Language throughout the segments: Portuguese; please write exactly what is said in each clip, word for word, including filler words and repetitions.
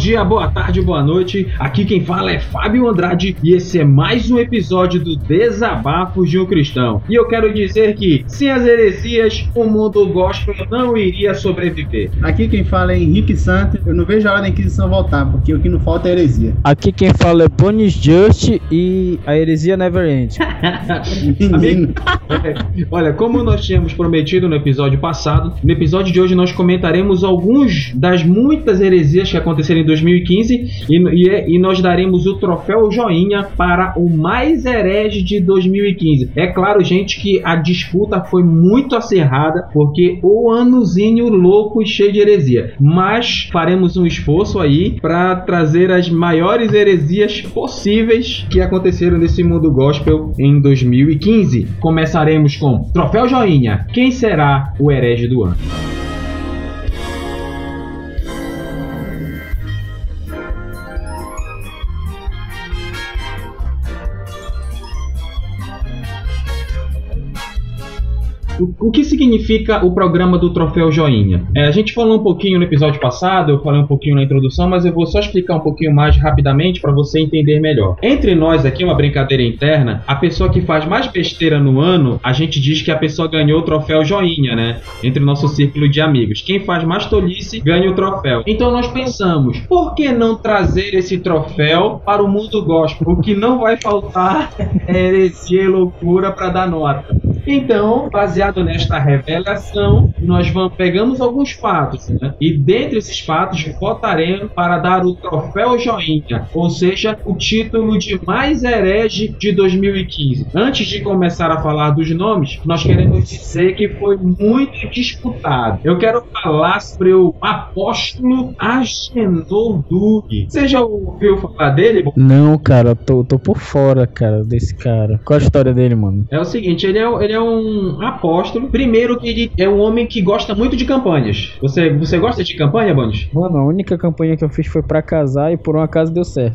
dia, boa tarde, boa noite. Aqui quem fala é Fábio Andrade e esse é mais um episódio do Desabafos de um Cristão. E eu quero dizer que, sem as heresias, o mundo gospel não iria sobreviver. Aqui quem fala é Henrique Santos. Eu não vejo a hora da Inquisição voltar, porque o que não falta é heresia. Aqui quem fala é Bonis Just e a heresia never ends. Menino. Olha, como nós tínhamos prometido no episódio passado, no episódio de hoje nós comentaremos alguns das muitas heresias que aconteceram em dois mil e quinze e, e, e nós daremos o troféu joinha para o mais herege de dois mil e quinze. É claro, gente, que a disputa foi muito acirrada, porque o anozinho louco e cheio de heresia. Mas faremos um esforço aí para trazer as maiores heresias possíveis que aconteceram nesse mundo gospel em dois mil e quinze. Começaremos com troféu joinha. Quem será o herege do ano? O que significa o programa do Troféu Joinha? É, a gente falou um pouquinho no episódio passado, eu falei um pouquinho na introdução, mas eu vou só explicar um pouquinho mais rapidamente para você entender melhor. Entre nós aqui, uma brincadeira interna, a pessoa que faz mais besteira no ano, a gente diz que a pessoa ganhou o Troféu Joinha, né? Entre o nosso círculo de amigos. Quem faz mais tolice ganha o troféu. Então nós pensamos, por que não trazer esse troféu para o mundo gospel? O que não vai faltar é heresia e loucura para dar nota. Então, baseado nesta revelação, nós vamos, pegamos alguns fatos, né? E dentre esses fatos, votaremos para dar o troféu joinha, ou seja, o título de mais herege de dois mil e quinze. Antes de começar a falar dos nomes, nós queremos dizer que foi muito disputado. Eu quero falar sobre o apóstolo Agenor Duque. Você já ouviu falar dele? Não, cara, tô, tô por fora, cara, desse cara. Qual a história dele, mano? É o seguinte, ele é, ele é um apóstolo. Primeiro que ele é um homem que gosta muito de campanhas. Você, você gosta de campanha, Bonis? Mano, a única campanha que eu fiz foi pra casar e por um acaso deu certo.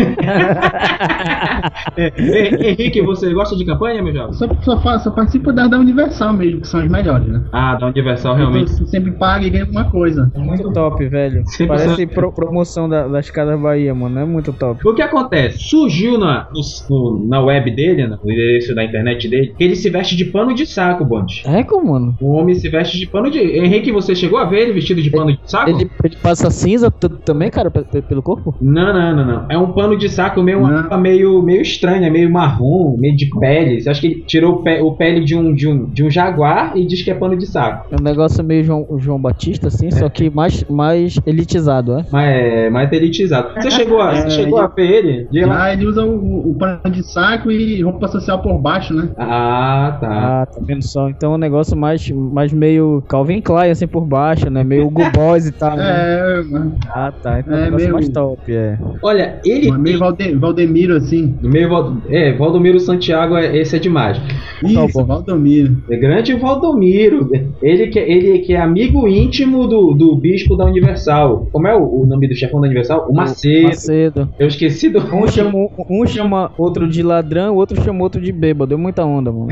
é, é, Henrique, você gosta de campanha, meu jovem? Só, só, faço, só participo da, da Universal mesmo, que são as melhores, né? Ah, da Universal, realmente. Então, sempre paga e ganha alguma coisa. É muito top, velho. Parece pro, promoção da, das Casas Bahia, mano. É muito top. O que acontece? Surgiu na, no, na web dele, no endereço da internet dele, que ele se veste de pano de saco, Bonis. É, como, mano? O homem se veste de pano de... Henrique, você chegou a ver ele vestido de pano de saco? Ele, ele passa cinza t- também, cara, p- p- pelo corpo? Não, não, não, não. É um pano de saco meio, uma roupa meio, meio estranha, meio marrom, meio de pele. Você acha que ele tirou o, pe- o pele de um, de, um, de um jaguar e diz que é pano de saco? É um negócio meio João, João Batista, assim, é. Só que mais, mais elitizado, é? Mas é mais elitizado. Você chegou a, é, você chegou ele, a ver ele? De lá? Ah, ele usa o, o pano de saco e roupa social por baixo, né? Ah, tá. Ah, tá vendo só? Então é um negócio mais, mais meio Calvin Klein, assim, por baixo, né? Meio Hugo Boss e tal, né? É, ah, tá. Então é um é negócio meio, mais top, é. Olha, ele... Meio Valde, Valdemiro, assim. Meio Val, é, Valdomiro Santiago, é, esse é demais. Isso, Valdomiro. É grande Valdomiro. Ele que, ele que é amigo íntimo do, do bispo da Universal. Como é o, o nome do chefão da Universal? O Macedo. Macedo. Eu esqueci do... Um chama, um chama outro de ladrão, o outro chama outro de bêbado. Deu muita onda, mano.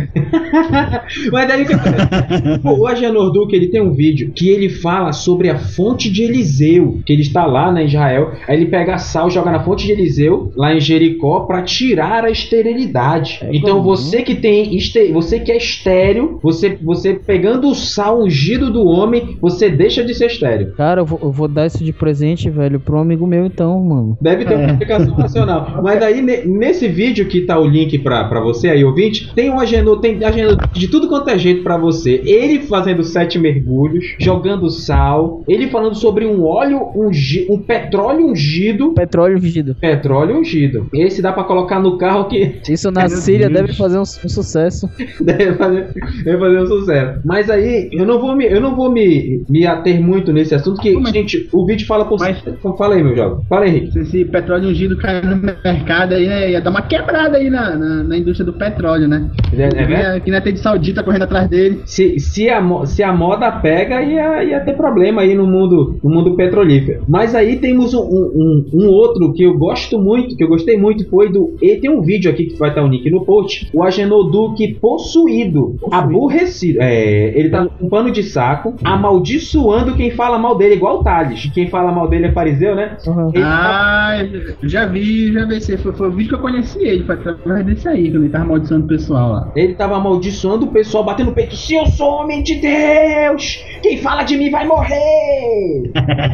Mas daí o que acontece? O Agenor Duque, ele tem um vídeo que ele fala sobre a fonte de Eliseu, que ele está lá na Israel, aí ele pega sal, joga na fonte de Eliseu, lá em Jericó, para tirar a esterilidade. É, então como? você que tem este... você que é estéril, você, você pegando o sal ungido do homem, você deixa de ser estéril. Cara, eu vou, eu vou dar isso de presente, velho, pro amigo meu então, mano. Deve ter é. uma explicação racional. Mas aí, nesse vídeo que tá o link pra, pra você aí, ouvinte, tem um Agenor, tem Agenor de tudo quanto é jeito pra você. Ele fazendo sete mergulhos, jogando sal, ele falando sobre um óleo ungido, um petróleo ungido. Petróleo ungido. Petróleo ungido. Esse dá pra colocar no carro que... Isso na Síria deve fazer um, um sucesso. Deve fazer, deve fazer um sucesso. Mas aí, eu não vou me, eu não vou me, me ater muito nesse assunto, que, Mas, gente, o vídeo fala por... Mas, fala aí, meu jovem. Fala aí, Henrique. Se esse petróleo ungido cair no mercado aí, né, ia dar uma quebrada aí na, na, na indústria do petróleo, né? É, é, que não ia ter de saudita correndo atrás dele. Se, se, a, mo- se a moda pega, ia, ia ter problema aí no mundo, no mundo petrolífero. Mas aí temos um, um, um outro que eu gosto muito, que eu gostei muito, foi do... E tem um vídeo aqui que vai estar o link no post. O Agenor Duque possuído, aborrecido. É, ele tá com um pano de saco, amaldiçoando quem fala mal dele, igual o Thales. Quem fala mal dele é fariseu, né? Uhum. Ele Ah, eu já vi, já vi. Foi, foi o vídeo que eu conheci ele, foi através desse aí, quando ele tava amaldiçoando o pessoal lá. Ele tava amaldiçoando o pessoal, batendo no peito. Se eu sou homem de Deus, quem fala de mim vai morrer.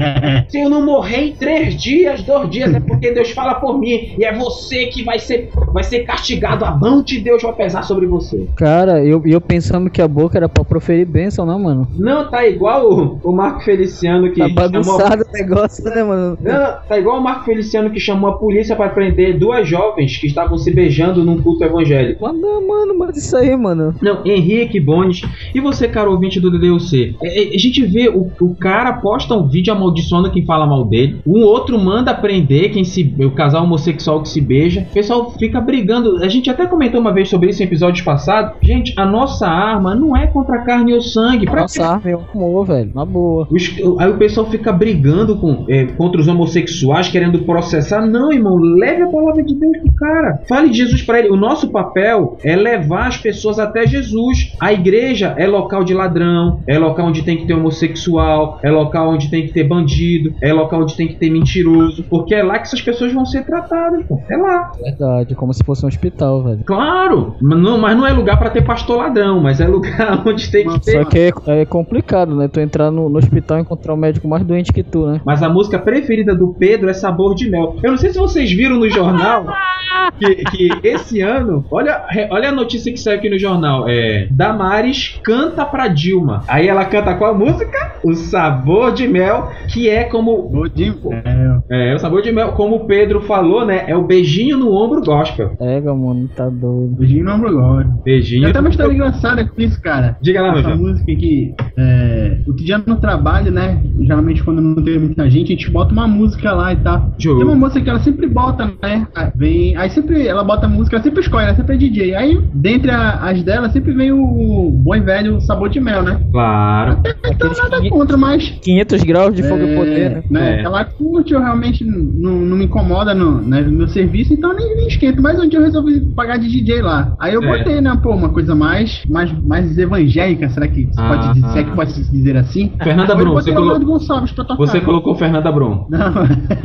Se eu não morrer em três dias, dois dias, é porque Deus fala por mim. E é você que vai ser, vai ser castigado. A mão de Deus vai pesar sobre você. Cara, eu, eu pensando que a boca era pra proferir bênção, não, mano? Não, tá igual o, o Marco Feliciano que Tá chamou... bagunçado o negócio, né, mano? Não, tá igual o Marco Feliciano que chamou a polícia pra prender duas jovens que estavam se beijando num culto evangélico. Manda, mano, manda isso aí, mano. Não, Henrique Bones. E você, cara ouvinte do D D U C? É, é, a gente vê o, o cara posta um vídeo amaldiçoando quem fala mal dele. Um outro manda prender quem se, o casal homossexual que se beija. O pessoal fica brigando. A gente até comentou uma vez sobre isso em episódios passados. Gente, a nossa arma não é contra a carne ou sangue. Pra Nossa, arma é um amor, velho. Na boa. Os, aí o pessoal fica brigando com, é, contra os homossexuais, querendo processar. Não, irmão, leve a palavra de Deus pro cara. Fale de Jesus pra ele. O nosso papel é levar as pessoas até Jesus. A igreja é local de ladrão, é local onde tem que ter homossexual, é local onde tem que ter bandido, é local onde tem que ter mentiroso, porque é lá que essas pessoas vão ser tratadas, pô. É lá. Verdade, como se fosse um hospital, velho. Claro, mas não, mas não é lugar pra ter pastor ladrão, mas é lugar onde tem que ter. Só que é, é complicado, né? Tu entrar no, no hospital e encontrar um médico mais doente que tu, né? Mas a música preferida do Pedro é Sabor de Mel. Eu não sei se vocês viram no jornal que, que esse ano, olha, olha a notícia que saiu aqui no jornal. É, Damares canta pra Dilma. Aí ela canta qual música? O Sabor de Mel, que é como... Vou de... É, o Sabor de Mel, como o Pedro falou, né? É o beijinho no ombro gospel. Pega, mano, tá doido. Beijinho no ombro agora. Beijinho. Eu até uma história engraçada com isso, cara. Diga lá, meu Essa jovem. música que é, outro dia no trabalho, né? Geralmente quando não tem muita gente, a gente bota uma música lá e tal. Juro. Tem uma moça que ela sempre bota, né? Aí Vem, aí sempre ela bota música, ela sempre escolhe, ela sempre é D J. Aí, dentre a- as delas, sempre vem o bom e velho Sabor de Mel, né? Claro. Então Aqueles nada que- contra, mas quinhentos graus de fogo e poder, né? É. ela curte, eu realmente não, não me incomoda no, né, no meu serviço, então nem, nem esquento. Mas um dia eu resolvi pagar de D J lá. Aí eu É. botei, né, pô, uma coisa mais, mais, mais evangélica, será que se Ah, pode dizer, ah. se é que pode se dizer assim? Fernanda Aí eu Brum, botei você o colo- Leonardo Gonçalves pra tocar. Você colocou Fernanda Brum. Não.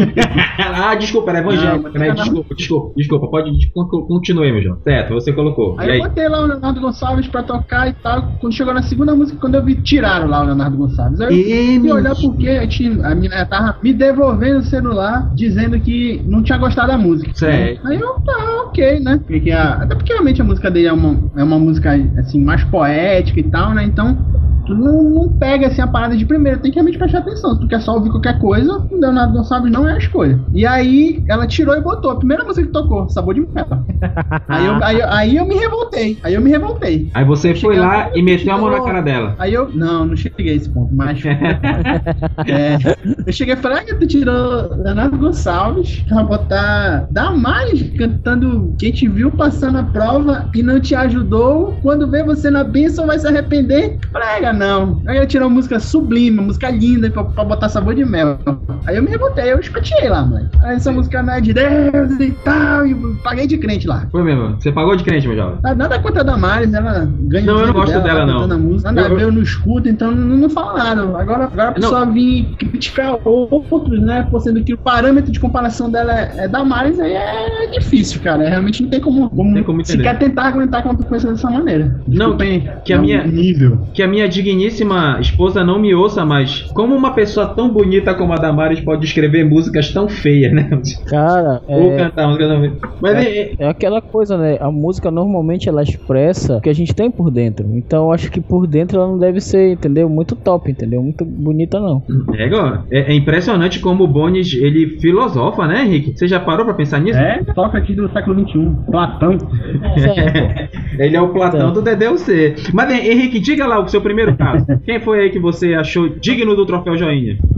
Ah, desculpa, era evangélica, Não, né? não. Desculpa, desculpa, desculpa. Pode continuar, meu João. Certo, você colocou. Aí E aí? eu botei lá o Leonardo Gonçalves pra tocar e tal. Quando chegou na segunda música, quando eu vi, tiraram lá o Leonardo Gonçalves. Aí eu E, fui olhar menino. porque a, gente, a menina tava me devolvendo o celular, dizendo que não tinha gostado da música. Certo. Aí eu, tá, ok, né? Porque a, até porque realmente a música dele é uma, é uma música assim, mais poética e tal, né? Então, tu não, não pega assim a parada de primeiro, tem que realmente prestar atenção. Se tu quer só ouvir qualquer coisa, o Leonardo Gonçalves não é a escolha. E aí ela tirou e botou a primeira música que tocou, Sabor de Mel. Aí eu, aí, eu- aí eu me revoltei. Aí eu me revoltei. Aí você foi Cheguei lá lá, e meteu a mão na tirou. cara dela. Aí eu. Não, não cheguei a esse ponto, mas. é, eu cheguei e falei, ah, tu tirou Leonardo Gonçalves pra botar Damares cantando Quem Te Viu Passando a Prova e Não Te Ajudou. Quando vê você na bênção vai se arrepender. Prega, não. Aí ela tirou uma música sublime, uma música linda pra, pra botar Sabor de Mel. Aí eu me revoltei, eu espeteei lá, mãe. Aí essa música não é de Deus e tal, e paguei de crente lá. Foi mesmo. Você pagou de crente, meu jovem. Ah, nada contra a Damares, ela ganha Não, eu não dinheiro gosto dela, tá não. cantando a música. Nada Eu- a ver, eu não escuto, então não, não fala nada. Agora, agora a pessoa vir criticar outros, né? Pô, sendo que o parâmetro de comparação dela é, é Damares, aí é difícil, cara. É, realmente não tem como, como, Tem como se entender. quer tentar argumentar com outra pessoa dessa maneira. Não, Desculpem, que a é um minha- nível. Que a minha digníssima esposa não me ouça, mas como uma pessoa tão bonita como a Damares pode escrever músicas tão feias, né? Cara, Ou é, cantar música tão feia. Mas é, é- é aquela coisa, né? A música normalmente ela expressa o que a gente tem por dentro. Então eu acho que por dentro ela não deve ser, entendeu? Muito top, entendeu? Muito bonita, não. é, igual- é- é impressionante como o Bones ele filosofa, né, Henrique? Você já parou pra pensar nisso? É, toca aqui do século vinte e um. Platão. Ele é o Platão Então. do D D U C. Mas Henrique, diga lá o seu primeiro caso. Quem foi aí que você achou digno do troféu joinha?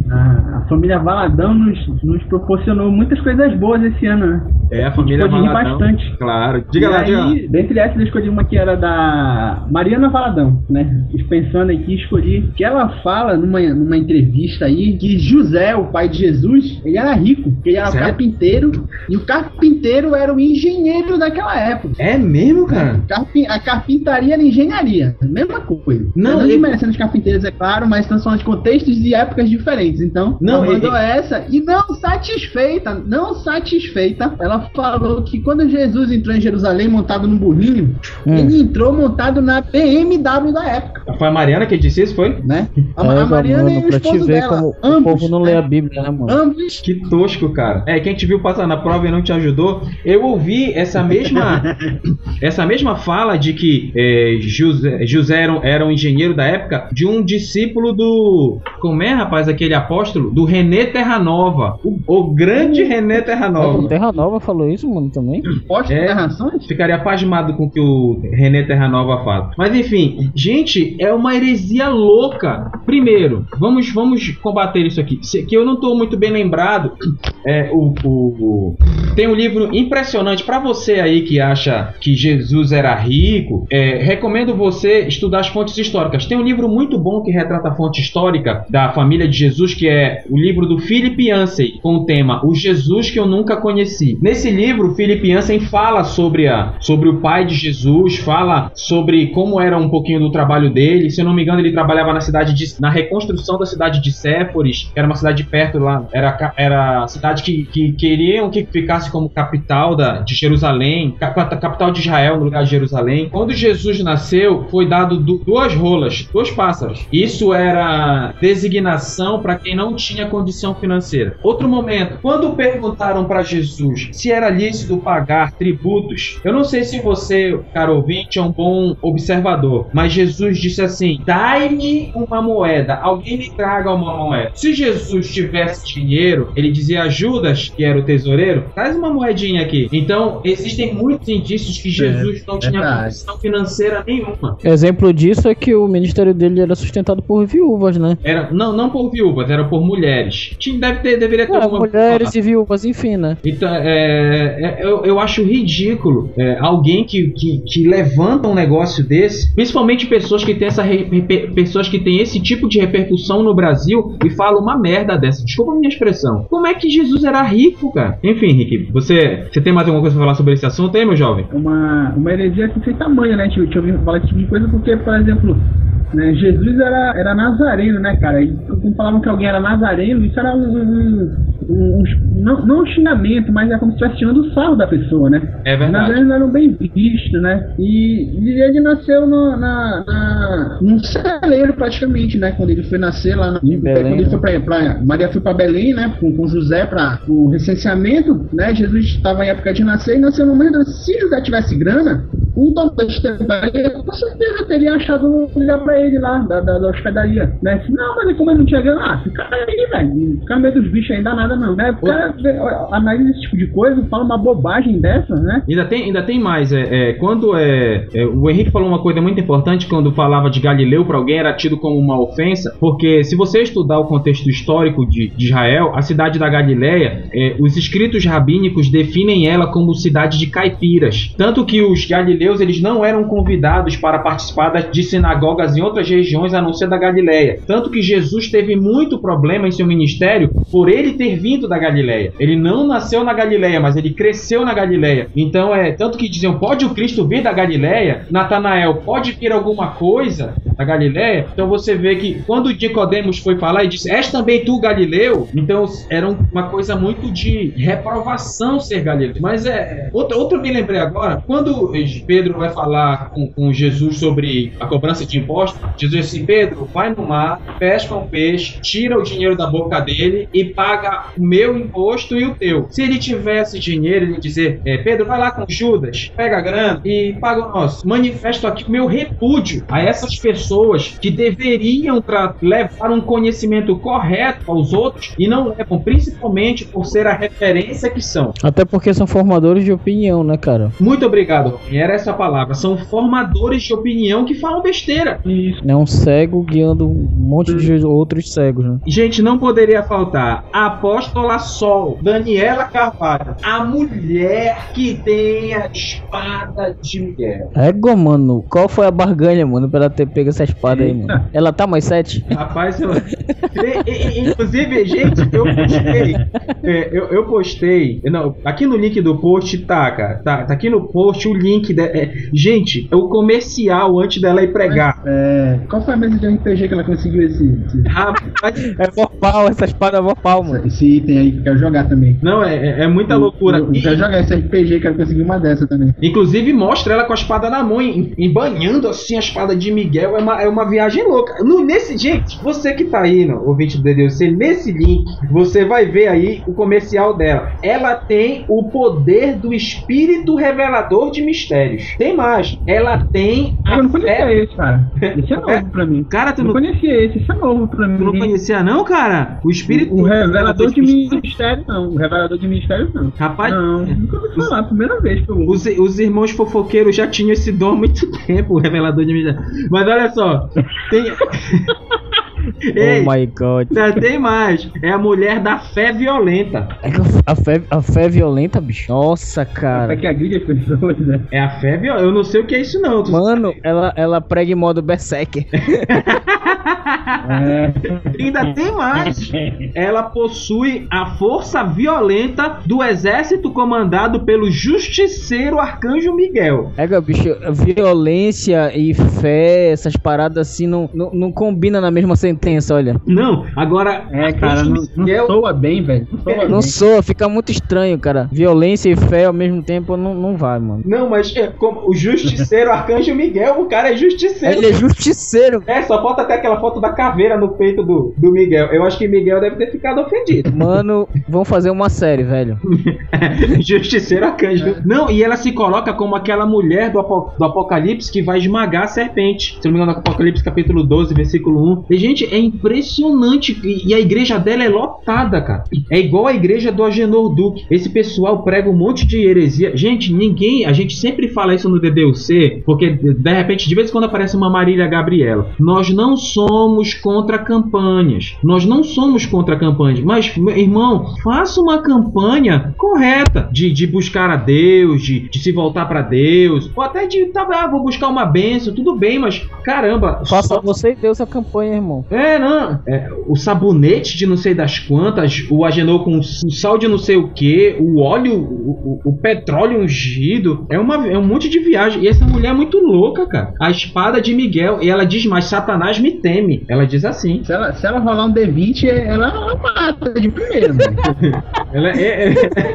A, a família Valadão nos, nos proporcionou muitas coisas boas esse ano, né? É, a família Valadão. Bastante. Claro. Diga e lá, aí, diga. Dentre essas, eu escolhi uma que era da Mariana Valadão, né? Pensando aqui, escolhi que ela fala numa, numa entrevista aí que José, o pai de Jesus, ele era rico, ele era certo? carpinteiro, e o carpinteiro era o engenheiro daquela época. É mesmo, cara? Carpin, a carpintaria era engenharia, mesma coisa. Não, não ele... desmerecendo os carpinteiros, é claro, mas estamos falando de contextos e épocas diferentes. Então, não, ela mandou ele... essa e não satisfeita, não satisfeita, ela falou que quando Jesus entrou em Jerusalém montado num burrinho, hum. ele entrou montado na B M W da época. Foi a Mariana que disse isso, foi? Né? A, é, a Mariana mano, e o esposo dela. Como ambos, o povo não lê a Bíblia, né, mano? Ambos. Que tosco, cara. É, quem te viu passar na prova e não te ajudou, eu ouvi essa mesma essa mesma fala de que é, José, José era, era um engenheiro da época de um discípulo do... Como é, rapaz, aquele apóstolo? Do René Terranova. O, o grande René Terranova. O Terranova falou isso, mano, também? Pode é, ficaria pasmado com o que o René Terranova fala. Mas enfim, gente, é uma heresia louca. Primeiro, vamos, vamos combater isso aqui. Se, que eu não estou muito bem lembrado. É, o, o, o, tem um livro impressionante para você aí que acha que Jesus era rico. É, recomendo você estudar as fontes históricas. Tem um livro muito bom que retrata a fonte histórica da família de Jesus, que é o livro do Philip Yancey, com o tema O Jesus que eu nunca conheci. Nesse livro, o Philip Yancey fala sobre, a, sobre o pai de Jesus, fala sobre como era um pouquinho do trabalho dele. Se eu não me engano, ele trabalhava na cidade de, na reconstrução da cidade de Séforis, que era uma cidade perto lá, era, era a cidade que, que queriam que ficasse como capital da, de Jerusalém, capital de Israel no lugar de Jerusalém. Quando Jesus nasceu, foi dado du, duas rolas, dois pássaros. Isso era designação para quem não tinha condição financeira. Outro momento, quando perguntaram para Jesus se era lícito pagar tributos, eu não sei se você, caro ouvinte, é um bom observador, mas Jesus disse assim: dai-me uma moeda, alguém me traga uma moeda. Se Jesus tivesse dinheiro, ele dizia a Judas, que era o tesoureiro, traz uma moedinha aqui. Então, existem muitos indícios que Jesus é, não tinha é condição financeira nenhuma. Exemplo disso é que o ministério dele era sustentado por viúvas, né? Era, não, não por viúvas, era por mulheres. Deve ter, deveria ter é, alguma... mulheres e viúvas, enfim, né? Então, é, é, eu, eu acho ridículo é, alguém que, que, que levanta um negócio desse, principalmente pessoas que têm essa reper, pessoas que têm esse tipo de repercussão no Brasil e falam uma merda dessa. Desculpa a minha expressão. Como é que Jesus era rico, cara? Enfim, Rick, você, você tem mais alguma coisa pra falar sobre esse assunto aí, meu jovem? Uma, uma heresia que sem tamanho, né? Deixa eu ouvir falar esse tipo de coisa porque, por exemplo, né, Jesus era, era nazareno, né, cara? E quando falavam que alguém era nazareno, isso era um, um, um, um não, não um xingamento, mas é como se estivesse tirando o sarro da pessoa, né? É verdade. Os nazarenos eram bem vistos, né? E, e ele nasceu no, na, na, num celeiro praticamente, né? Quando ele foi nascer lá na, em Belém, quando ele foi pra, pra, Maria foi para Belém, né? Com, com José para o recenseamento, né? Jesus estava em época de nascer e nasceu no meio da... Se José tivesse grana, um dono da hospedaria com certeza teria achado um lugar pra ele lá, da, da, da hospedaria, né? Não, mas como ele não tinha grana, ah, fica aí, velho, fica no meio dos bichos aí, não dá nada não, né? O cara analisa esse tipo de coisa, fala uma bobagem dessa, né? Ainda tem, ainda tem mais, é, é, quando é, é, o Henrique falou uma coisa muito importante, quando falava de Galileu pra alguém era tido como uma ofensa, porque se você estudar o contexto histórico de, de Israel, a cidade da Galileia, é, os escritos rabínicos definem ela como cidade de caipiras, tanto que os galileus eles não eram convidados para participar de sinagogas em outras regiões a não ser da Galileia, tanto que Jesus teve muito problema em seu ministério por ele ter vindo da Galileia. Ele não nasceu na Galileia, mas ele cresceu na Galileia. Então é tanto que diziam, pode o Cristo vir da Galileia? Natanael, pode vir alguma coisa da Galileia? Então você vê que quando Nicodemos foi falar e disse, és também tu Galileu? Então era uma coisa muito de reprovação ser Galileu. Mas é outro, outro me lembrei agora, quando Pedro vai falar com, com Jesus sobre a cobrança de impostos, Jesus disse, Pedro, vai no mar, pesca um peixe, tira o dinheiro da boca dele e paga o meu imposto e o teu. Se ele tivesse dinheiro, ele ia dizer, é, Pedro, vai lá com Judas, pega a grana e paga o nosso. Manifesto aqui o meu repúdio a essas pessoas pessoas que deveriam tra- levar um conhecimento correto aos outros e não levam, principalmente por ser a referência que são. Até porque são formadores de opinião, né, cara? Muito obrigado, Roquinha. Era essa a palavra. São formadores de opinião que falam besteira. Isso. É um cego guiando um monte de outros cegos, né? Gente, não poderia faltar a Apóstola Sol, Daniela Carvalho, a mulher que tem a espada de Miguel. Égua, mano, qual foi a barganha, mano, pra ela ter pego essa espada aí, mano? Ela tá mais sete? Rapaz, eu... e, e, inclusive, gente, eu postei. É, eu, eu postei. Não, aqui no link do post tá, cara. Tá, tá aqui no post o link. De, é, gente, é o comercial antes dela ir pregar. É, qual foi a mesa de R P G que ela conseguiu esse, esse, Rapaz, É vorpal, essa espada é vorpal, mano. esse item aí que eu quero jogar também? não, é, é- é muita loucura. Eu, eu quero jogar esse R P G que eu consegui uma dessa também. Inclusive mostra ela com a espada na mão, em- embanhando assim a espada de Miguel. É uma, é uma viagem louca. No, nesse, gente, você que tá aí, no ouvinte do D D C, nesse link, você vai ver aí o comercial dela. Ela tem o poder do espírito revelador de mistérios. Tem mais. Ela tem Ah, a eu não conhecia fé. esse, cara. Esse é novo pra mim. Cara, tu Eu não não, conhecia esse, esse é novo pra mim. tu não conhecia não, cara? O espírito O revelador de mistério não. O revelador de mistério não. Rapaz, Não, nunca ouvi falar. Primeira vez que eu Os, os irmãos fofoqueiros já tinham esse dom há muito tempo, o revelador de mistério. Mas olha só, tem. Ei, Oh my god. ainda tem mais. É a mulher da fé violenta. É que a fé, a fé é violenta, bicho. Nossa, Até cara. que agride as pessoas, né? É a fé violenta. Eu não sei o que é isso, não. Tu Mano, ela, ela prega em modo berserker. É. ainda tem mais. Ela possui a força violenta do exército comandado pelo justiceiro Arcanjo Miguel. É, bicho, violência e fé, essas paradas assim não, não, não combinam na mesma sentença, olha. Não, agora. É, cara, não, não Miguel. soa bem, velho. Não soa Não bem. soa, fica muito estranho, cara. Violência e fé ao mesmo tempo não, não vai, mano. Não, mas é como o justiceiro Arcanjo Miguel, o cara é justiceiro. Ele é justiceiro. É, só falta até aquela foto da caveira no peito do, do Miguel. Eu acho que Miguel deve ter ficado ofendido. Mano, vão fazer uma série, velho. Justiceiro Arcanjo. Não, e ela se coloca como aquela mulher do, apo- do Apocalipse que vai esmagar a serpente. Se não me engano, Apocalipse capítulo doze, versículo um. E, gente, é impressionante. E, e a igreja dela é lotada, cara. É igual a igreja do Agenor Duque. Esse pessoal prega um monte de heresia. Gente, ninguém... A gente sempre fala isso no D D U C, porque de repente, de vez em quando aparece uma Marília Gabriela. Nós não somos contra campanhas. Nós não somos contra campanhas. Mas, meu irmão, faça uma campanha correta de, de buscar a Deus, de, de se voltar pra Deus, ou até de, tá, ah, vou buscar uma bênção, tudo bem, mas, caramba... Faça só- você e Deus a campanha, irmão. É, não. É, o sabonete de não sei das quantas, o Agenor com o sal de não sei o que, o óleo, o, o, o petróleo ungido. É, uma, é um monte de viagem. E essa mulher é muito louca, cara. A espada de Miguel. E ela diz, mas Satanás me teme. Ela diz assim. Se ela, se ela rolar um D vinte, ela mata de primeiro, velho. Ela é.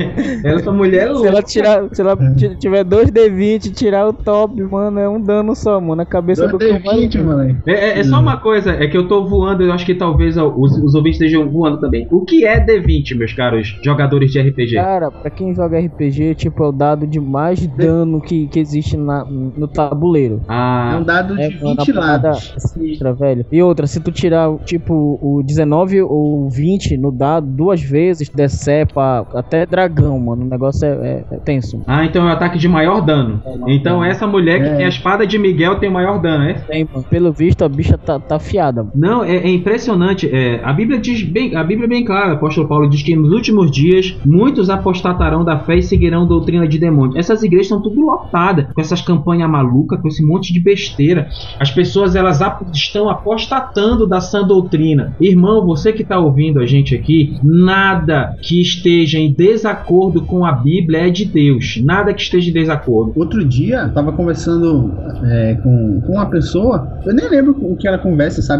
é essa mulher é Se louca. ela tirar, se ela t- tiver dois D vinte e tirar o top, mano, é um dano só, mano. A cabeça do D cavalo. vinte, mano. É, é- é só uma coisa, é que eu tô voando, eu acho que talvez os, os ouvintes estejam voando também. O que é D vinte, meus caros jogadores de R P G? Cara, pra quem joga R P G, tipo, é o dado de mais dano que, que existe na, no tabuleiro. É Ah, um dado É de uma vinte parada lados. sinistra, velho. E outra, se tu tirar, tipo, o dezenove ou vinte no dado duas vezes, decepa até dragão, mano. O negócio é, é- é tenso. ah, então é o ataque de maior dano. Então essa mulher que É. tem a espada de Miguel tem o maior dano, é? Tem, mano. Pelo visto, a bicha tá, tá afiada, mano. Não, é, é impressionante. É, a Bíblia diz bem, a Bíblia é bem clara. O apóstolo Paulo diz que nos últimos dias muitos apostatarão da fé e seguirão doutrina de demônios. Essas igrejas estão tudo lotadas com essas campanhas malucas, com esse monte de besteira. As pessoas elas ap- estão apostatando da sã doutrina. Irmão, você que está ouvindo a gente aqui, nada que esteja em desacordo com a Bíblia é de Deus. Nada que esteja em desacordo. Outro dia, eu tava conversando é, com, com uma pessoa, eu nem lembro o que era a conversa, sabe? Foi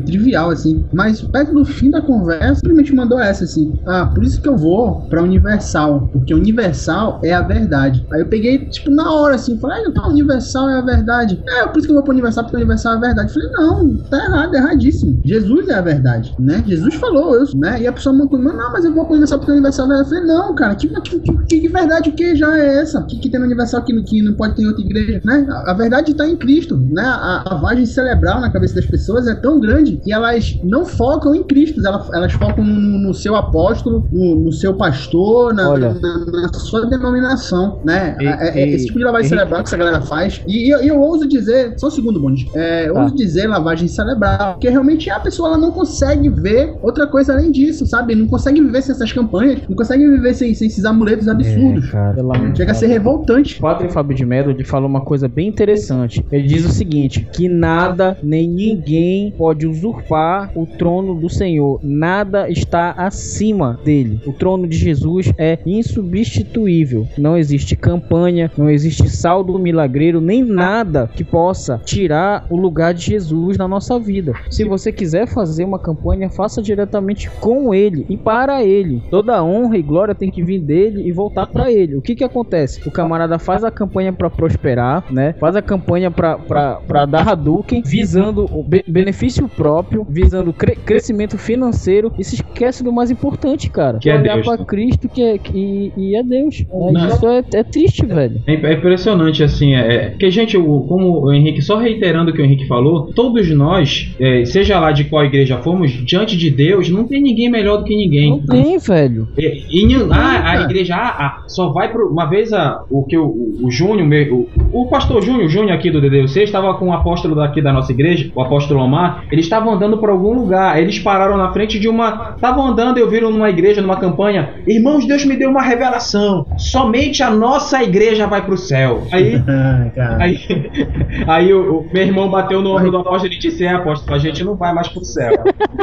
trivial, assim. Mas perto do fim da conversa, simplesmente mandou essa, assim. Ah, por isso que eu vou pra Universal. Porque Universal é a verdade. Aí eu peguei, tipo, na hora, assim. Falei, ah, então, Universal é a verdade. É, por isso que eu vou pra Universal, porque Universal é a verdade. Eu falei, não, tá errado, erradíssimo. Jesus é a verdade, né? Jesus falou isso, né? E a pessoa mandou, não, mas eu vou pra Universal porque Universal é a verdade. Eu falei, não, cara, que, que, que, que verdade o que já é essa? O que, que tem no Universal que, que não pode ter em outra igreja, né? A, a verdade tá em Cristo, né? A lavagem cerebral na cabeça das pessoas é tão grande que elas não focam em Cristo, elas, elas focam no, no seu apóstolo, no, no seu pastor, na, na, na sua denominação, né? E, é, é, esse tipo de lavagem e, cerebral que essa galera faz. E eu, eu ouso dizer, só um segundo, Bonde, é, eu tá. ouso dizer lavagem cerebral, porque realmente a pessoa ela não consegue ver outra coisa além disso, sabe? Não consegue viver sem essas campanhas, não consegue viver sem, sem esses amuletos absurdos. É, cara, chega a ser revoltante. O padre Fábio de Mello, ele falou uma coisa bem interessante. Ele diz o seguinte, que nada nem ninguém pode usurpar o trono do Senhor. Nada está acima dele. O trono de Jesus é insubstituível. Não existe campanha, não existe saldo milagreiro, nem nada que possa tirar o lugar de Jesus na nossa vida. Se você quiser fazer uma campanha, faça diretamente com ele e para ele. Toda honra e glória tem que vir dele e voltar para ele. O que que acontece? O camarada faz a campanha para prosperar, né? Faz a campanha para dar Hadouken, visando o be benefício próprio, visando cre crescimento financeiro e se esquece do mais importante, cara. Que é olhar para Cristo que é, que, e é Deus. É, isso é, é triste, velho. É, é impressionante, assim. É, porque, gente, o, como o Henrique, só reiterando o que o Henrique falou, todos nós, é, seja lá de qual igreja formos, diante de Deus, não tem ninguém melhor do que ninguém. Não tem, velho. E, e ah, a igreja ah, ah, só vai pro. Uma vez a, o que o, o, o Júnior, o, o pastor Júnior, Júnior aqui do D D U C, estava com um apóstolo daqui da nossa igreja, o apóstolo Omar. Eles estavam andando por algum lugar. Eles pararam na frente de uma. Estavam andando e eu viram numa igreja, numa campanha. Irmãos, Deus me deu uma revelação. Somente a nossa igreja vai pro céu. Aí. aí aí o, o meu irmão bateu no ombro do apóstolo e disse: É, apóstolo, a gente não vai mais pro céu.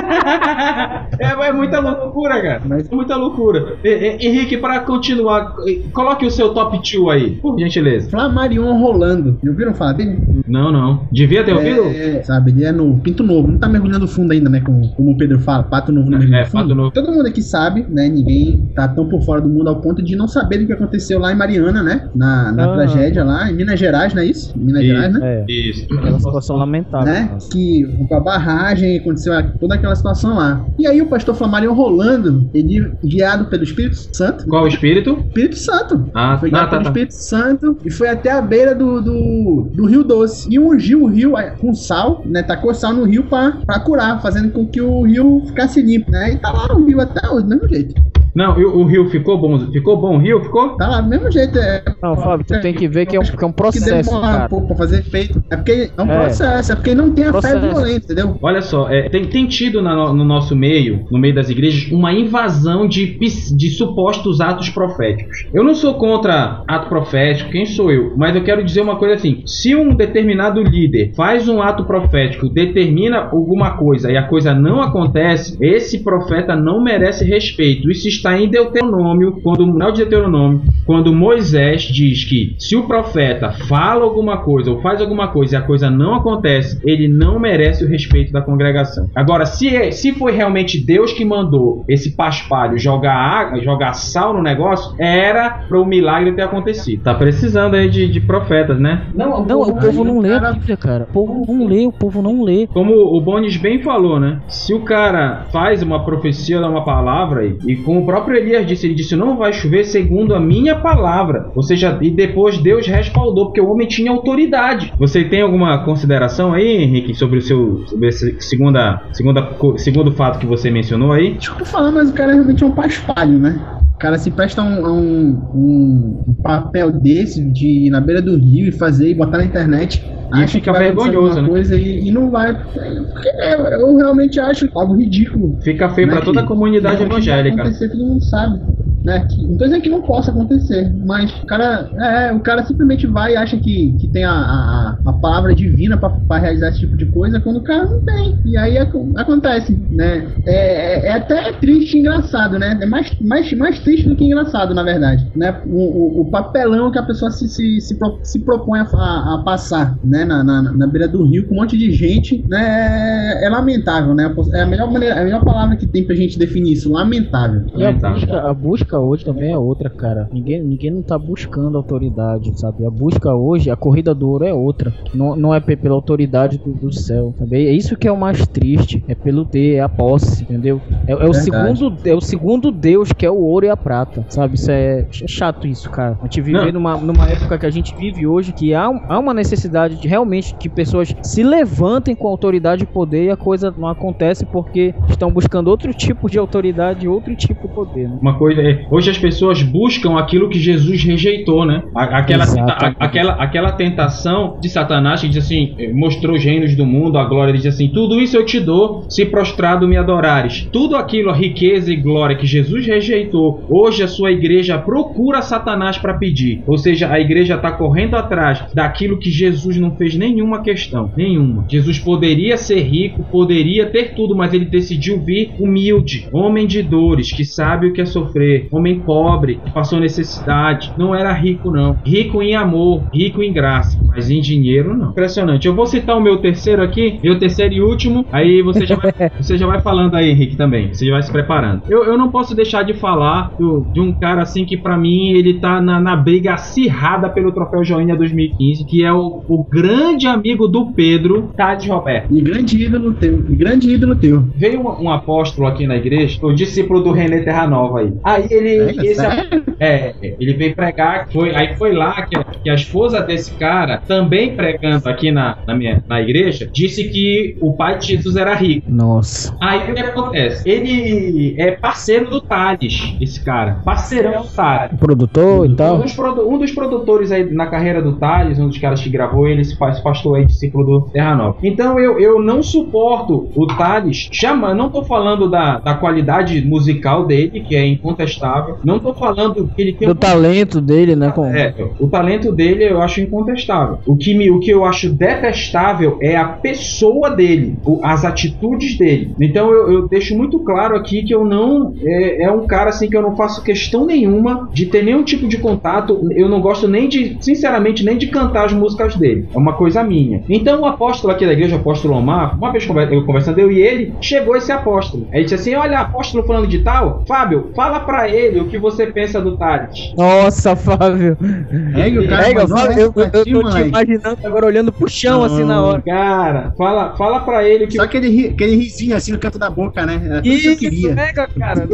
é, é muita loucura, cara. É muita loucura. E, e, Henrique, para continuar, coloque o seu top dois aí, por gentileza. Flamarion Rolando. Já ouviram falar dele? Não, não. Devia ter ouvido? É, sabe, ele é no Pinto Novo. Não tá mergulhando fundo ainda, né? Como, como o Pedro fala, pato novo no mergulho é, fundo. Pato novo. Todo mundo aqui sabe, né? Ninguém tá tão por fora do mundo ao ponto de não saber do que aconteceu lá em Mariana, né? Na, na ah. tragédia lá, em Minas Gerais, não é isso? Minas isso, Gerais, né? É. Isso. Aquela situação lamentável. Né? Que com a barragem aconteceu toda aquela situação lá. E aí o pastor Flamarion Rolando, ele guiado pelo Espírito Santo. Qual o Espírito? Espírito Santo. Ah, foi guiado ah, tá, pelo tá. Espírito Santo e foi até a beira do, do, do Rio Doce. E ungiu o rio com sal, né? Tacou sal no rio pra, pra curar, fazendo com que o rio ficasse limpo, né? E tá lá o rio até hoje, do mesmo jeito. Não, o, o rio ficou bom? Ficou bom o rio? Ficou? Tá lá do mesmo jeito. É, não, Fábio, tu é, tem que ver que é um, que é um processo, que demora um pouco pra fazer efeito. É porque é um é. processo, é porque não tem a processo. fé violenta, entendeu? Olha só, é, tem, tem tido na, no nosso meio, no meio das igrejas, uma invasão de, de supostos atos proféticos. Eu não sou contra ato profético, quem sou eu? Mas eu quero dizer uma coisa assim, se um determinado líder faz um ato profético, determina alguma coisa e a coisa não acontece, esse profeta não merece respeito. Isso está em Deuteronômio, quando no final de Deuteronômio, quando Moisés diz que se o profeta fala alguma coisa ou faz alguma coisa e a coisa não acontece, ele não merece o respeito da congregação. Agora, se, é, se foi realmente Deus que mandou esse paspalho jogar água, jogar sal no negócio, era para o milagre ter acontecido. Tá precisando aí de, de profetas, né? Não, não o povo não lê a Bíblia, cara. O povo não lê, o povo não lê. Como o Bones bem falou, né? Se o cara faz uma profecia, dá uma palavra e, e como o próprio Elias disse, ele disse, não vai chover segundo a minha palavra. Ou seja, e depois Deus respaldou, porque o homem tinha autoridade. Você tem alguma consideração aí, Henrique, sobre o seu sobre esse segunda, segunda, segundo fato que você mencionou aí? Desculpa falar, mas o cara realmente é um paspalho, né? O cara se presta um, a um, um, um papel desse de ir na beira do rio e fazer e botar na internet. E acha fica que vergonhoso, né? Coisa e, e não vai. Porque eu realmente acho algo ridículo. Fica feio, né, pra toda a comunidade evangélica. Acontecer, todo mundo sabe. né? Que, não tô dizendo que não possa acontecer, mas o cara, é, o cara simplesmente vai e acha que, que tem a, a, a palavra divina pra, pra realizar esse tipo de coisa, quando o cara não tem. E aí ac acontece, né? É, é, é até triste e engraçado, né? É mais, mais, mais triste do que engraçado, na verdade, né? O, o, o papelão que a pessoa se, se, se, pro, se propõe a, a, a passar, né? Na, na, na beira do rio com um monte de gente, né? É, é lamentável, né? É a melhor maneira, a melhor palavra que tem pra gente definir isso, lamentável. E a busca, a busca hoje também é outra, cara. Ninguém, ninguém não tá buscando autoridade, sabe? A busca hoje, a corrida do ouro é outra. Não, não é pela autoridade do, do céu, sabe? É isso que é o mais triste. É pelo ter, é a posse, entendeu? É, é, o segundo, é o segundo Deus que é o ouro e a prata, sabe? Isso é, é chato isso, cara. A gente vive numa, numa época que a gente vive hoje, que há, há uma necessidade de realmente que pessoas se levantem com autoridade e poder, e a coisa não acontece porque estão buscando outro tipo de autoridade e outro tipo de poder, né? Uma coisa é, hoje as pessoas buscam aquilo que Jesus rejeitou, né? Aquela, a, aquela, aquela tentação de Satanás que diz assim, mostrou os reinos do mundo, a glória, ele diz assim, tudo isso eu te dou se prostrado me adorares. Tudo aquilo, a riqueza e glória que Jesus rejeitou, hoje a sua igreja procura Satanás para pedir. Ou seja, a igreja está correndo atrás daquilo que Jesus não fez nenhuma questão, nenhuma. Jesus poderia ser rico, poderia ter tudo, mas ele decidiu vir humilde, homem de dores, que sabe o que é sofrer, homem pobre, que passou necessidade. Não era rico não, rico em amor, rico em graça, mas em dinheiro não. Impressionante. Eu vou citar o meu terceiro aqui, meu terceiro e último, aí você já vai, você já vai falando aí, Henrique, também, você já vai se preparando. Eu, eu não posso deixar de falar do, de um cara assim que pra mim ele tá na, na briga acirrada pelo Troféu Joinha dois mil e quinze, que é o, o grande amigo do Pedro, Thales Roberto. E grande ídolo teu, e grande ídolo teu. Veio um, um apóstolo aqui na igreja, o discípulo do René Terra Nova aí. Aí ele, é, esse, é, ele veio pregar, foi, aí foi lá que, que a esposa desse cara, também pregando aqui na, na, minha, na igreja, disse que o pai de Jesus era rico. Nossa. Aí o que acontece? Ele é parceiro do Thales, esse cara. Parceirão do Thales. Produtor e tal. Um dos, produ um dos produtores aí na carreira do Thales, um dos caras que gravou ele, esse pastor aí, discípulo do Terra Nova. Então eu, eu não suporto o Thales, chama, não tô falando da, da qualidade musical dele, que é incontestável. Não tô falando que ele tem do um... talento dele, né? Com... É, o talento dele eu acho incontestável. O que, me, o que eu acho detestável é a pessoa dele, o, as atitudes dele. Então eu, eu deixo muito claro aqui que eu não... É, é um cara assim que eu não faço questão nenhuma de ter nenhum tipo de contato. Eu não gosto nem de, sinceramente, nem de cantar as músicas dele. É uma coisa minha. Então o apóstolo aqui da igreja, o apóstolo Omar, uma vez eu conversando, eu e ele, chegou esse apóstolo. Aí disse assim, olha, apóstolo falando de tal, Fábio, fala pra ele o que você pensa do Thales. Nossa, Fábio. É, o cara é, eu, Fábio, eu, eu, eu tô te imaginando agora olhando pro chão, não, assim, na hora. Cara, fala, fala pra ele que... Só aquele, ri, aquele risinho assim no canto da boca, né? Era tudo isso, que eu queria. Mega, cara.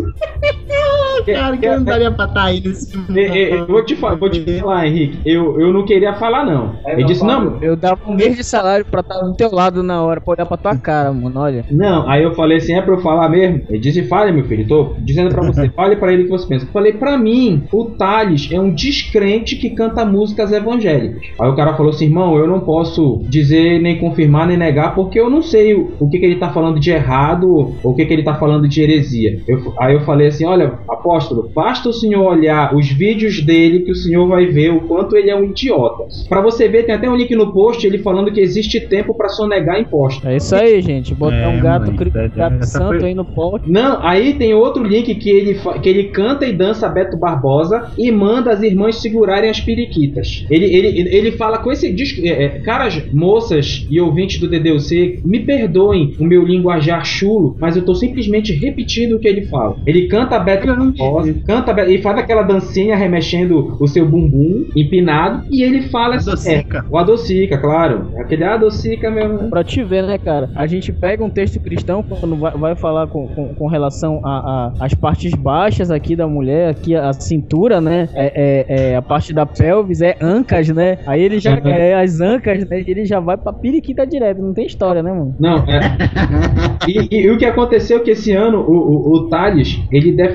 Cara, que eu não daria pra estar aí nesse... Eu vou te, vou te falar, Henrique, eu, eu não queria falar, não. É, ele disse, não... Eu dava um mês de salário pra estar do teu lado na hora, pra olhar pra tua cara, mano, olha. Não, aí eu falei assim, é pra eu falar mesmo? Ele disse, fale, meu filho, tô dizendo pra você, fale pra ele o que você pensa. Eu falei, pra mim, o Thales é um descrente que canta músicas evangélicas. Aí o cara falou assim, irmão, eu não posso dizer, nem confirmar, nem negar, porque eu não sei o, o que, que ele tá falando de errado, ou o que, que ele tá falando de heresia. Eu, aí eu falei assim, olha, apóstolo, basta o senhor olhar os vídeos dele que o senhor vai ver o quanto ele é um idiota. Pra você ver, tem até um link no post, ele falando que existe tempo pra sonegar imposto. É isso aí, gente, botar é, um gato, mãe, gato santo foi... aí no pote. Não, aí tem outro link que ele, que ele canta e dança Beto Barbosa e manda as irmãs segurarem as periquitas. Ele, ele, ele fala com esse disco, é, é, caras, moças e ouvintes do D D U C, me perdoem o meu linguajar chulo, mas eu tô simplesmente repetindo o que ele fala. Ele canta Beto Barbosa, canta e faz aquela dancinha remexendo o seu bumbum empinado e ele fala assim, é, o adocica, claro, aquele adocica mesmo. Pra te ver, né, cara, a gente pega um texto cristão quando vai, vai falar com, com, com relação às partes baixas aqui da mulher, aqui a cintura, né, é, é, é a parte da pelvis, é ancas, né, aí ele já, uhum. é as ancas, né, ele já vai pra periquita direto, não tem história, né, mano? Não, é. e, e, e o que aconteceu é que esse ano o, o, o Thales, ele deflagrou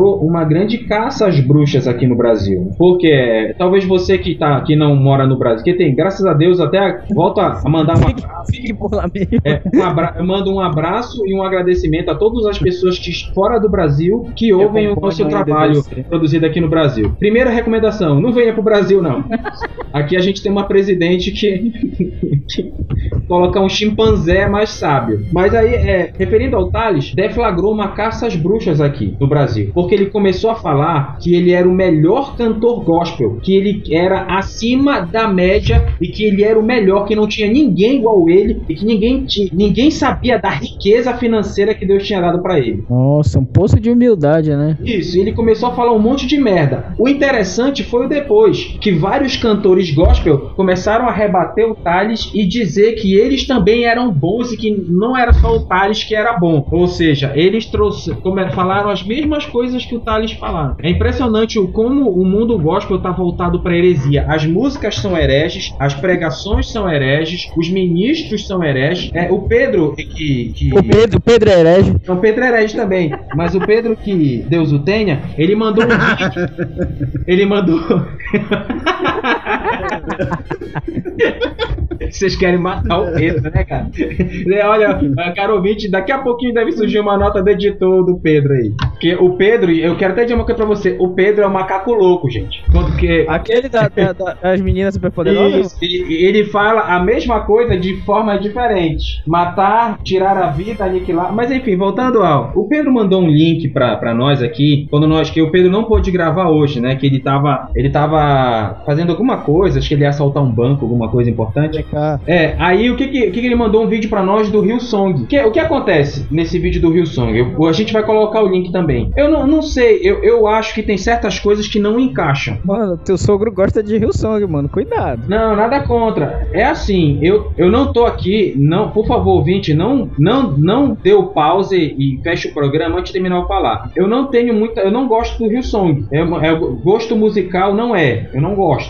deflagrou uma grande caça às bruxas aqui no Brasil. Porque talvez você que, tá, que não mora no Brasil, que tem, graças a Deus, até volta a mandar um abraço. É, um abra... Eu mando um abraço e um agradecimento a todas as pessoas que fora do Brasil que ouvem o nosso trabalho produzido aqui no Brasil. Primeira recomendação, não venha pro Brasil, não. Aqui a gente tem uma presidente que, que coloca um chimpanzé mais sábio. Mas aí, é, referindo ao Thales, deflagrou uma caça às bruxas aqui no Brasil. Porque ele começou a falar que ele era o melhor cantor gospel, que ele era acima da média e que ele era o melhor, que não tinha ninguém igual ele e que ninguém, tinha, ninguém sabia da riqueza financeira que Deus tinha dado pra ele. Nossa, um poço de humildade, né? Isso, e ele começou a falar um monte de merda. O interessante foi o depois, que vários cantores gospel começaram a rebater o Thales e dizer que eles também eram bons e que não era só o Thales que era bom. Ou seja, eles trouxeram, falaram as mesmas coisas que o Thales falaram. É impressionante o como o mundo gospel está voltado para heresia. As músicas são hereges, as pregações são hereges, os ministros são hereges. É, o Pedro que, que... O Pedro, Pedro é herege. O Pedro é herege também. Mas o Pedro, que Deus o tenha, ele mandou um vídeo. Ele mandou... Vocês querem matar o Pedro, né, cara? Olha, caro ouvinte, daqui a pouquinho deve surgir uma nota do editor do Pedro aí. Porque o Pedro, eu quero até dizer uma coisa pra você, o Pedro é um macaco louco, gente. Porque... Aquele da, da, da, das meninas superpoderosas? Ele, ele fala a mesma coisa de forma diferente. Matar, tirar a vida, aniquilar. Mas enfim, voltando ao... O Pedro mandou um link pra, pra nós aqui, quando nós, que o Pedro não pôde gravar hoje, né? Que ele tava, ele tava fazendo alguma coisa, acho que ele ia assaltar um banco, alguma coisa importante. É, aí o que que, o que que ele mandou um vídeo pra nós do Hillsong. Que, o que acontece nesse vídeo do Hillsong? Eu, a gente vai colocar o link também. Eu não, não sei, eu, eu acho que tem certas coisas que não encaixam. Mano, teu sogro gosta de Hillsong, mano, cuidado. Não, nada contra. É assim, eu, eu não tô aqui, não, por favor, ouvinte, não, não, não dê o pause e feche o programa antes de terminar de falar. Eu não tenho muita, eu não gosto do Hillsong. É, é, gosto musical não é, eu não gosto.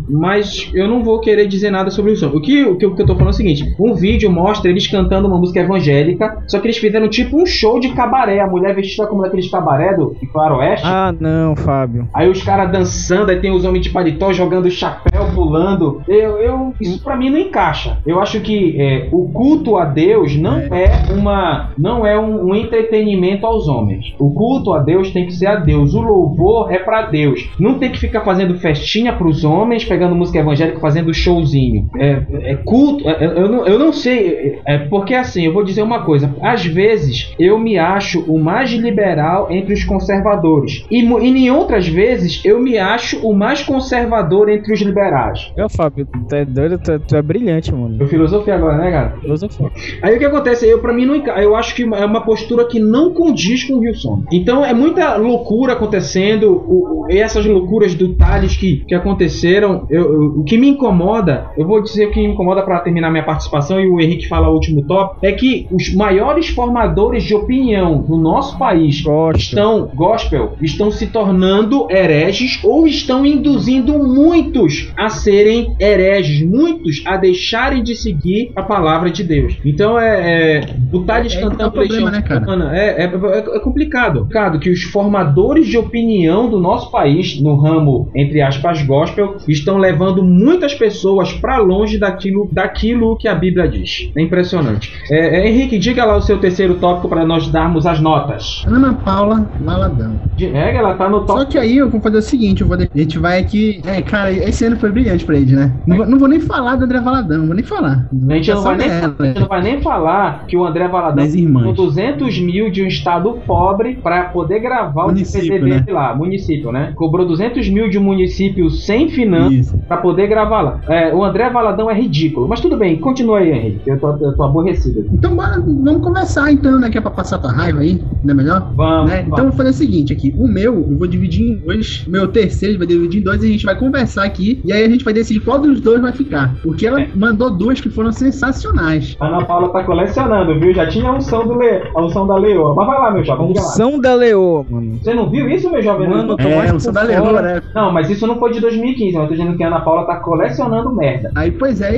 Mas eu não vou querer dizer nada sobre o Hillsong. O que, o que eu tô falando é o seguinte: um vídeo mostra eles cantando uma música evangélica, só que eles fizeram tipo um show de cabaré, a mulher vestida como daqueles cabaré do faroeste. Ah, não, Fábio. Aí os caras dançando, aí tem os homens de paletó jogando chapéu, pulando. Eu, eu, isso pra mim não encaixa. Eu acho que é, o culto a Deus não é uma, não é um, um entretenimento aos homens. O culto a Deus tem que ser a Deus. O louvor é pra Deus. Não tem que ficar fazendo festinha pros homens, pegando música evangélica, fazendo showzinho. É, é culto. É, eu, não, eu não sei. É, porque assim, eu vou dizer uma coisa. Às vezes eu me acho o mais liberal entre os conservadores. E, e em outras vezes eu me acho o mais conservador entre os liberais. Eu, Fábio, tu é doido, tu é, tu é brilhante, mano. Eu filosofia agora, né, cara? Filosofia. Aí o que acontece? Eu, pra mim, não enca... eu acho que é uma postura que não condiz com o Hillsong. Então é muita loucura acontecendo. O, o, e essas loucuras do Thales que, que aconteceram. Eu, eu, o que me incomoda, eu vou dizer o que me incomoda pra terminar minha participação e o Henrique fala o último tópico, é que os maiores formadores de opinião no nosso país gospel. estão gospel, estão se tornando hereges ou estão induzindo muitos a serem hereges, muitos a deixarem de seguir a palavra de Deus. Então é, é o Thales é, cantando é, problema, né, cara? É, é, é, é complicado. complicado que os formadores de opinião do nosso país no ramo, entre aspas, gospel, estão levando muitas pessoas para longe daquilo, daquilo que a Bíblia diz. É impressionante. É, é, Henrique, diga lá o seu terceiro tópico para nós darmos as notas. Ana Paula Valadão. É, ela tá no tópico. Só que aí eu vou fazer o seguinte, eu vou de... a gente vai aqui... É, cara, esse ano foi brilhante pra eles, né? Não vou, não vou nem falar do André Valadão, não vou nem falar. A gente, não vai nem, ela, a gente não vai nem falar que o André Valadão com duzentos mil de um estado pobre para poder gravar município, o D V D dele, né? Lá, município, né? Cobrou duzentos mil de um município sem finanças para poder gravar lá. É, o André Valadão é ridículo. Mas tudo bem, continua aí, Henrique. Eu tô, eu tô aborrecido. Então bora, vamos conversar então, né? Que é pra passar tua raiva aí, não é melhor? Vamos. Né? Então eu vou fazer o seguinte aqui. O meu, eu vou dividir em dois. O meu terceiro, vai dividir em dois e a gente vai conversar aqui. E aí a gente vai decidir qual dos dois vai ficar. Porque ela é. mandou duas que foram sensacionais. A Ana Paula tá colecionando, viu? Já tinha a unção, do Le... a unção da Leoa. Mas vai lá, meu jovem. Unção da Leoa, mano. Você não viu isso, meu jovem? Mano, é, a unção da Leoa, né? Não, mas isso não foi de dois mil e quinze. Eu tô dizendo que a Ana Paula tá colecionando merda. Aí, pois é,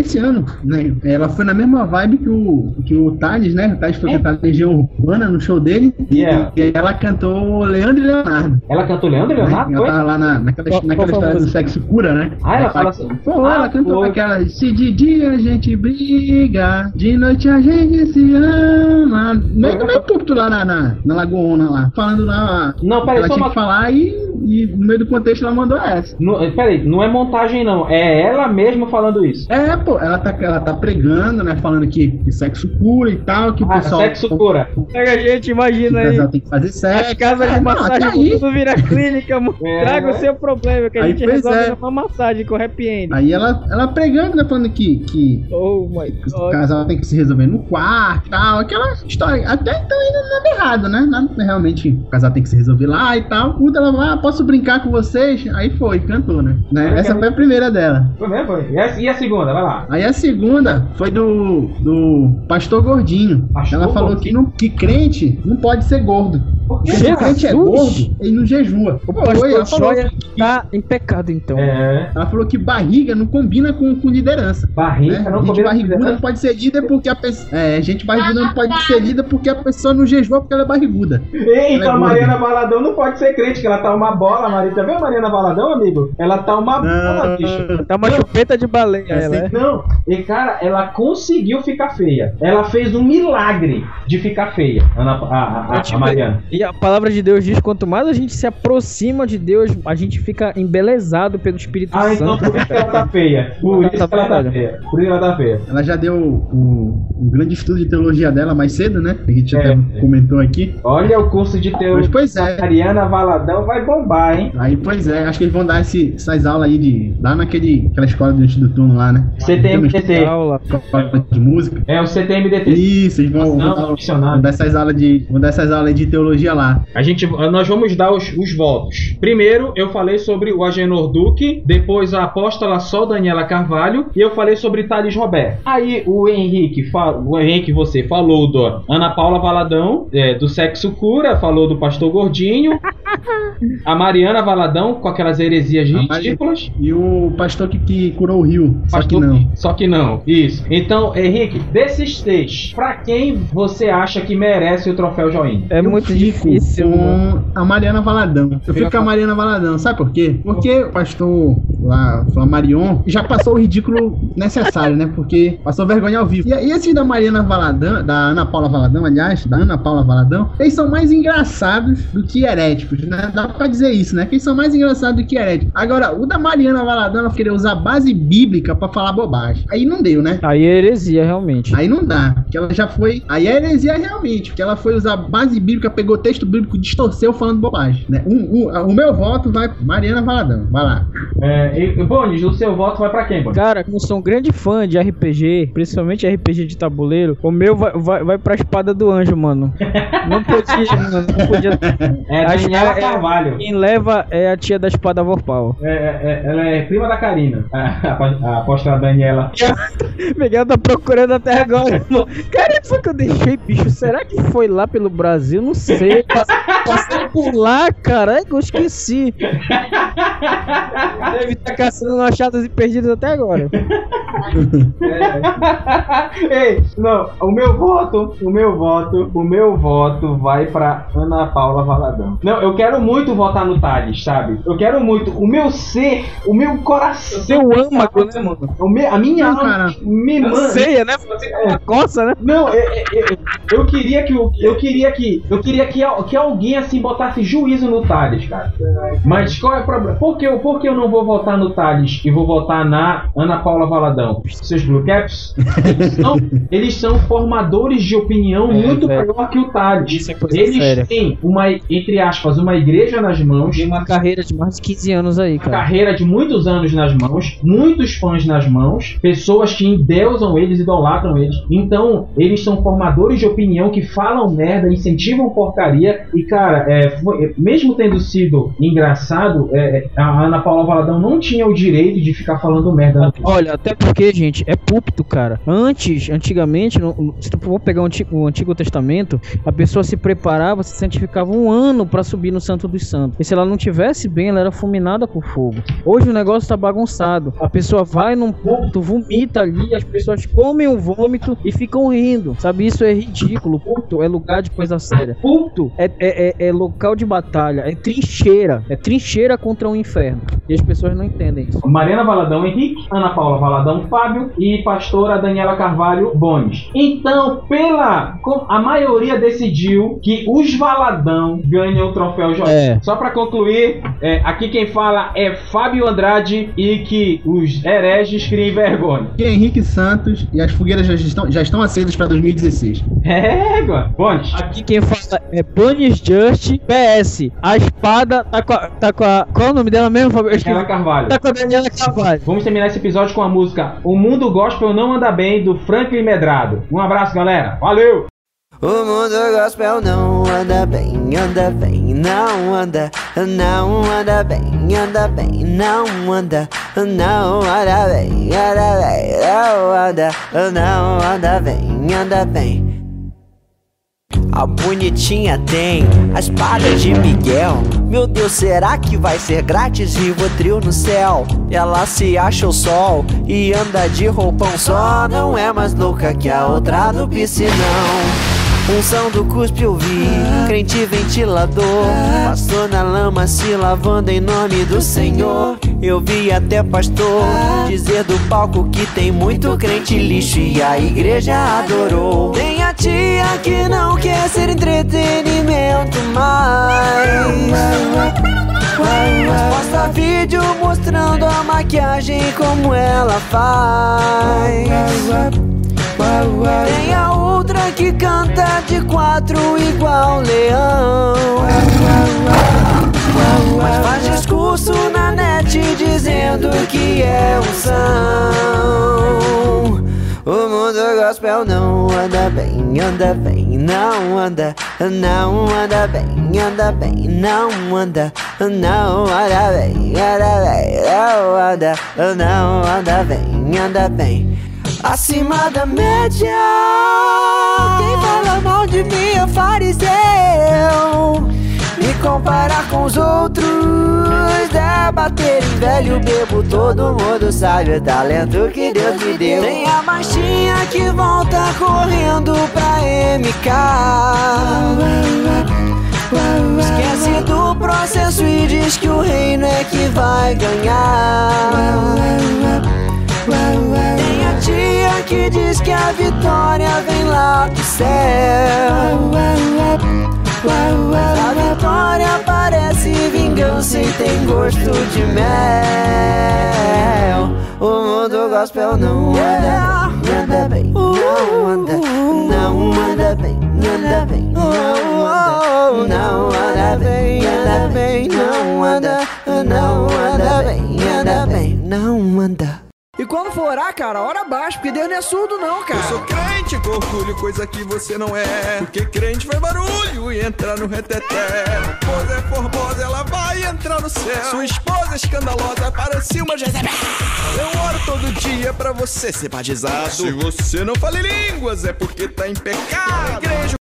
esse ano, né? Ela foi na mesma vibe que o, que o Thales, né? O Thales foi cantar Legião Urbana no show dele. Yeah. E ela cantou Leandro e Leonardo. Ela cantou Leandro e Leonardo? Né? Ela tava lá na, naquela, Qual- naquela qual foi a história do música? sexo cura, né? Ah, ela fala assim. Pô, Ah, ela cantou foi. aquela. Se de dia a gente briga, de noite a gente se ama. Meio meio curto lá na, na, na Lagoona lá. Falando lá. Não, peraí, ela só tinha uma- que falar e, e no meio do contexto ela mandou essa. Não, peraí, não é montagem não, é ela mesma falando isso. É, pô, ela tá, ela tá pregando, né? Falando que, que sexo cura e tal, que o Ah, pessoal. sexo cura. Pega a gente, Que imagina o aí. casal tem que fazer sexo. As casas É, de não, até massagem aí. tudo vira clínica, mano. É, Traga né? o seu problema, que a Aí, gente pois resolve é. numa massagem com happy end. Aí ela, ela pregando, né? Falando que, que Oh my o god. casal tem que se resolver no quarto e tal. Aquela história. Até então ainda nada errado, né? Nada, realmente o casal tem que se resolver lá e tal. Puta, ela vai, ah, posso brincar com vocês? Aí foi, cantou, né? né? Olha Essa que- foi a primeira dela. Foi mesmo, foi. E a, e a segunda, vai lá. Aí a segunda foi do, do Pastor Gordinho. Pastor Ela falou Gordinho? que, não, que crente não pode ser gordo. Porque se o Jesus! crente é gordo, ele não jejua. O Pô, pastor ela, falou, Joia tá em pecado, então. É. ela falou que barriga não combina com, com liderança. Barriga, Né? não Gente combina com barriguda liderança? não pode ser líder porque a pessoa. É, gente barriguda não pode ser líder porque a pessoa não jejua porque ela é barriguda. Ei, então Ela a é Mariana Valadão não pode ser crente, que ela tá uma bola, Maria. Tá vendo a Mariana Valadão, amigo? Ela tá uma bola, bicho. Tá uma chupeta de baleia, É, ela, é? Não, e cara, ela conseguiu ficar feia. Ela fez um milagre de ficar feia, Ana, a, a, a, a Mariana. E a palavra de Deus diz: quanto mais a gente se aproxima de Deus, a gente fica embelezado pelo Espírito Ah, então Santo. por isso que ela tá feia. Por Tá- isso tá que ela tá verdade. feia. Por isso que ela tá feia. Ela já deu o, o grande estudo de teologia dela mais cedo, né? A gente É. até comentou aqui. Olha o curso de Mas, teologia. pois é. Mariana Valadão vai bombar, hein? Aí, pois é, acho que eles vão dar esse, essas aulas aí de. Lá naquele, aquela escola do Instituto Turno lá, né? C T M D T. Aula. Escola de música. É o C T M D T. Isso, eles vão, Não, vão, dar, missionário. vão dar essas aulas de. Vão dar essas aulas de teologia lá. A gente, nós vamos dar os, os votos. Primeiro, eu falei sobre o Agenor Duque, depois a apóstola Sol Daniela Carvalho, e eu falei sobre Thales Roberto. Aí o Henrique, fa- o Henrique, você falou do Ana Paula Valadão, é, do Sexo Cura, falou do Pastor Gordinho, a Mariana Valadão com aquelas heresias A Mari- ridículas. E o pastor que, que curou o rio. Só que Pastor- não. Só que não, isso. Então, Henrique, desses três, pra quem você acha que merece o troféu Joinha? É Eu muito fico difícil, mano. com a Mariana Valadão. Eu fico com a Mariana Valadão. Sabe por quê? Porque o pastor lá, Flamarion, já passou o ridículo necessário, né? Porque passou vergonha ao vivo. E, e esses da Mariana Valadão, da Ana Paula Valadão, aliás, da Ana Paula Valadão, eles são mais engraçados do que heréticos, né? Dá pra dizer isso, né? Que eles são mais engraçados do que heréticos. Agora, o da Mariana Valadão, ela queria usar base bíblica pra falar bobagem. Aí não deu, né? Aí é heresia, realmente. Aí não dá, porque ela já foi. Aí é heresia realmente, porque ela foi usar base bíblica, pegou texto bíblico, distorceu falando bobagem, né? O, o, o meu voto vai pra Mariana Valadão, vai lá. É, e, Bones, o seu voto vai pra quem, Bones? Cara, como sou um grande fã de R P G, principalmente R P G de tabuleiro, o meu vai, vai, vai pra espada do anjo, mano. Não podia, mano. Não podia. É a Acho Daniela que é- Carvalho. Quem leva é a tia da espada Vorpal. É, é, ela é prima da Karina, a, a, a apóstola Daniela. Miguel tá procurando até agora. Cara, foi que eu deixei, bicho. Será que foi lá pelo Brasil? Não sei. Passei, passei por lá, cara. Eu esqueci. Deve estar caçando achados e perdidos até agora. É. Ei, não, o meu voto, o meu voto, o meu voto vai pra Ana Paula Valadão. Não, eu quero muito votar no Thales, sabe? Eu quero muito. O meu ser, o meu coração. Seu âmago, né, mano? O meu, a minha Não, alma cara. me manda. Ceia, né? Você com uma coça, né? Não, eu, eu, eu queria que o- eu queria que eu queria que, al- que alguém assim botasse juízo no Thales, cara. Mas qual é o problema? Por que, eu- por que eu não vou votar no Thales e vou votar na Ana Paula Valadão? Seus Blue Caps? Eles são, eles são formadores de opinião É, muito velho. maior que o Thales. Isso é coisa Eles séria. têm uma, entre aspas, uma igreja nas mãos. Tem uma carreira de mais de quinze anos aí, Uma cara. carreira de muitos anos nas mãos, muitos fãs nas mãos, pessoas que endeusam eles, idolatram eles. Então, eles são formadores de opinião que falam merda, incentivam porcaria. E, cara, é, foi- mesmo tendo sido engraçado, é, a Ana Paula Valadão não tinha o direito de ficar falando merda. Olha, até porque porque, gente, é púlpito, cara. Antes, antigamente, no, no, se tu for pegar o Antigo, o Antigo Testamento, a pessoa se preparava, se santificava um ano pra subir no Santo dos Santos. E se ela não tivesse bem, ela era fulminada por fogo. Hoje o negócio tá bagunçado. A pessoa vai num púlpito, vomita ali, as pessoas comem o vômito e ficam rindo. Sabe, isso é ridículo. Púlpito é lugar de coisa séria. Púlpito é, é, é, é local de batalha, é trincheira. É trincheira contra o inferno. E as pessoas não entendem isso. Mariana Valadão Henrique, Ana Paula Valadão Fábio e pastora Daniela Carvalho Bones. Então, pela a maioria decidiu que os Valadão ganham o troféu Joinha. É. Só pra concluir, é, aqui quem fala é Fábio Andrade e que os hereges criem vergonha. Aqui é Henrique Santos e as fogueiras já estão, já estão acesas para dois mil e dezesseis. É, Bones. Aqui quem fala é Bunny's Just. P S. A espada tá com a, tá com a... Qual é o nome dela mesmo, Fábio? Eu esqueci. Daniela Carvalho. Tá com a Daniela Carvalho. Vamos terminar esse episódio com a música O Mundo Gospel Não Anda Bem, do Franklin Medrado. Um abraço, galera. Valeu! O mundo gospel não anda bem, anda bem, não anda, não anda bem, anda bem, não anda, não anda bem, anda bem, não anda, não anda bem, anda bem. A bonitinha tem a espada de Miguel. Meu Deus, será que vai ser grátis Rivotril no céu? Ela se acha o sol e anda de roupão só. Não é mais louca que a outra do piscinão. Unção do cuspe eu vi, crente ventilador, pastor na lama se lavando em nome do Senhor. Eu vi até pastor dizer do palco que tem muito crente lixo e a igreja adorou. Tem a tia que não quer ser entretenimento mais, mas posta vídeo mostrando a maquiagem como ela faz. Tem a outra que canta de quatro igual leão, mas faz discurso na net dizendo que é unção. O mundo gospel não anda bem, anda bem, não anda, não anda bem, anda bem, não anda, não anda bem, anda bem, não anda, não anda bem, anda bem. Acima da média, quem fala mal de mim é fariseu. Me comparar com os outros, debater em velho bebo. Todo mundo sabe o talento que Deus me deu. Tem a baixinha que volta correndo pra M K, esquece do processo e diz que o reino é que vai ganhar. Tem a tia que diz que a vitória vem lá do céu. A vitória parece vingança e tem gosto de mel. O mundo gospel não anda bem, anda bem, não anda, não anda bem, anda bem, não anda, não anda bem, anda bem, não anda, não anda bem, anda bem, não anda. E quando for orar, cara, ora baixo, porque Deus não é surdo não, cara. Eu sou crente com orgulho, coisa que você não é. Porque crente faz barulho e entra no reteté. Esposa é formosa, ela vai entrar no céu. Sua esposa é escandalosa, parece uma Jezebel. Eu oro todo dia pra você ser batizado. Se você não fala em línguas, é porque tá em pecado. Igreja